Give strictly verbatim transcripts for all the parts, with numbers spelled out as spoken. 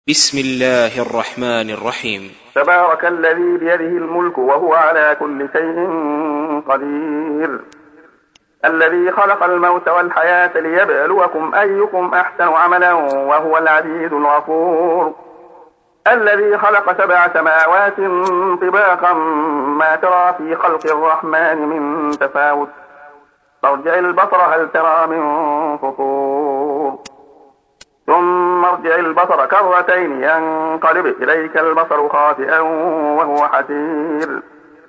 بسم الله الرحمن الرحيم. تبارك الذي بيده الملك وهو على كل شيء قدير، الذي خلق الموت والحياة ليبلوكم أيكم أحسن عملا وهو العزيز الغفور، الذي خلق سبع سماوات طباقا ما ترى في خلق الرحمن من تفاوت، فارجع البصر هل ترى من فطور، ثم ارجع البصر كرتين ينقلب إليك البصر خاسئا وهو حسير،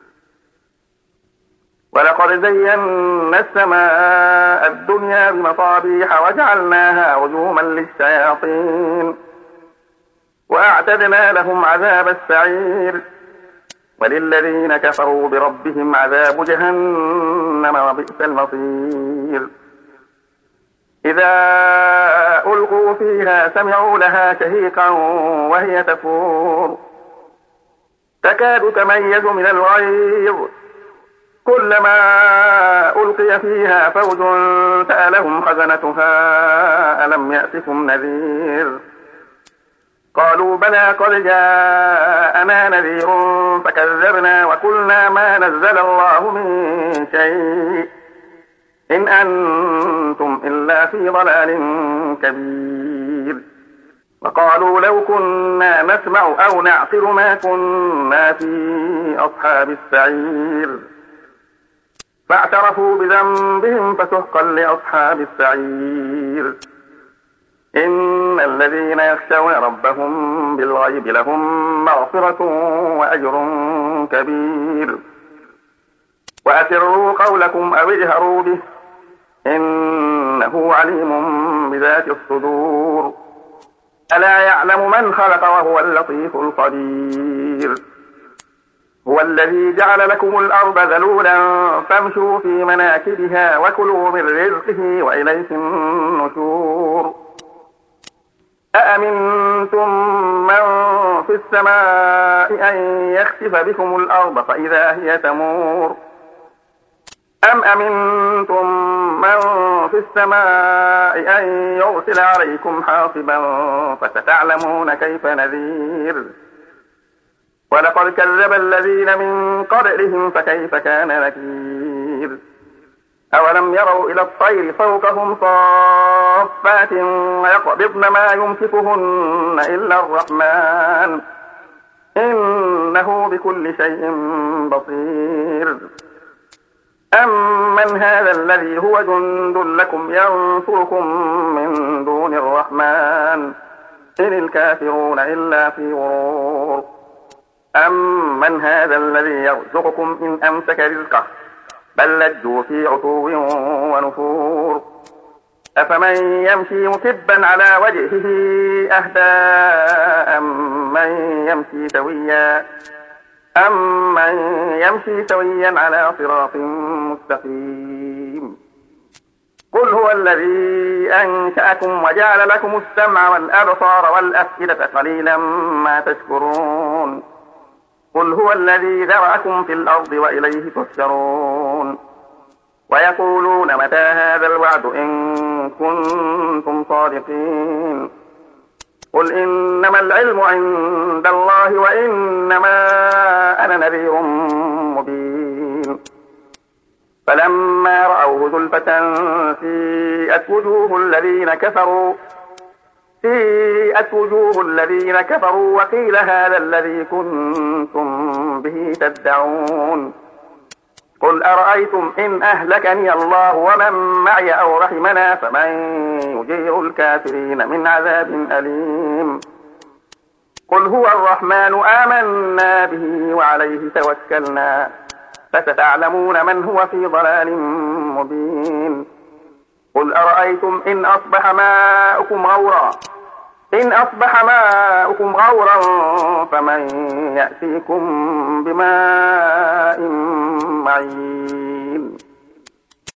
ولقد زينا السماء الدنيا بمصابيح وجعلناها رجوما للشياطين وأعتدنا لهم عذاب السعير، وللذين كفروا بربهم عذاب جهنم وبئس المصير. إذا ألقوا فيها سمعوا لها شهيقا وهي تفور، تكاد تميز من الغيظ، كلما ألقي فيها فوج سألهم خزنتها ألم يأتكم نذير، قالوا بلى قد جاءنا نذير فكذبنا وقلنا ما نزل الله من شيء إن أنتم إلا في ضلال كبير، وقالوا لو كنا نسمع أو نعقل ما كنا في أصحاب السعير، فاعترفوا بذنبهم فسحقا لأصحاب السعير. إن الذين يخشون ربهم بالغيب لهم مغفرة وأجر كبير، وأسروا قولكم أو اجهروا به إنه عليم بذات الصدور، ألا يعلم من خلق وهو اللطيف الخبير. هو الذي جعل لكم الأرض ذلولا فامشوا في مناكبها وكلوا من رزقه وإليه النشور. أأمنتم من في السماء أن يخسف بكم الأرض فإذا هي تمور، أم أمنتم من في السماء أن يرسل عليكم حاصبا فستعلمون كيف نذير. ولقد كذب الذين من قبلهم فكيف كان نكير. أولم يروا إلى الطير فوقهم صافات ويقبضن ما يمسكهن إلا الرحمن إنه بكل شيء بصير. أمن هذا الذي هو جند لكم ينصركم من دون الرحمن إن الكافرون إلا في غرور. أمن هذا الذي يرزقكم إن أمسك رزقه بل لجوا في عتو ونفور. أفمن يمشي مكبا على وجهه أهدى أمن يمشي سويا أمن يمشي سويا على صراط مستقيم. قل هو الذي أنشأكم وجعل لكم السمع والأبصار والأفئدة قليلا ما تشكرون. قل هو الذي ذرأكم في الأرض وإليه تحشرون. ويقولون متى هذا الوعد إن كنتم صادقين. قل إنما العلم عند الله وإنما أنا نذير مبين. فلما رأوه زلفة سيئت وجوه الذين كفروا سيئت وجوه الذين كفروا وقيل هذا الذي كنتم به تدعون. قل أرأيتم إن أهلكني الله ومن معي أو رحمنا فمن يجير الكافرين من عذاب أليم. قل هو الرحمن آمنا به وعليه توكلنا فستعلمون من هو في ضلال مبين. قل أرأيتم إن أصبح ماؤكم غورا إن أصبح ماؤكم غورا فمن يأتيكم بماء معين.